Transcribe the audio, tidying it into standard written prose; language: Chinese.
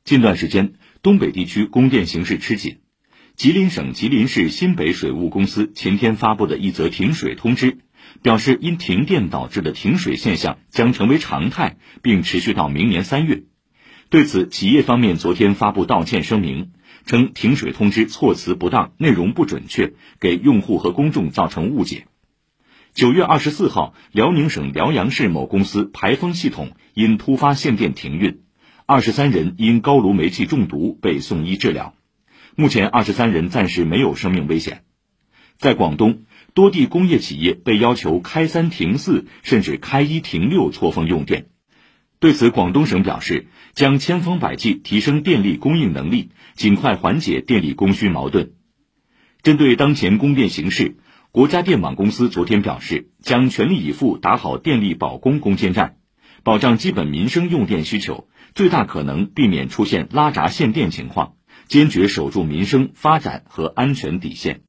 近段时间，东北地区供电形势吃紧。吉林省吉林市新北水务公司前天发布的一则停水通知，表示因停电导致的停水现象将成为常态，并持续到明年3月。对此，企业方面昨天发布道歉声明，称停水通知措辞不当，内容不准确，给用户和公众造成误解。9月24号，辽宁省辽阳市某公司排风系统因突发限电停运，23人因高炉煤气中毒被送医治疗。目前23人暂时没有生命危险。在广东，多地工业企业被要求开3停4，甚至开1停6错峰用电。对此，广东省表示，将千方百计提升电力供应能力，尽快缓解电力供需矛盾。针对当前供电形势，国家电网公司昨天表示，将全力以赴打好电力保供攻坚战，保障基本民生用电需求，最大可能避免出现拉闸限电情况，坚决守住民生发展和安全底线。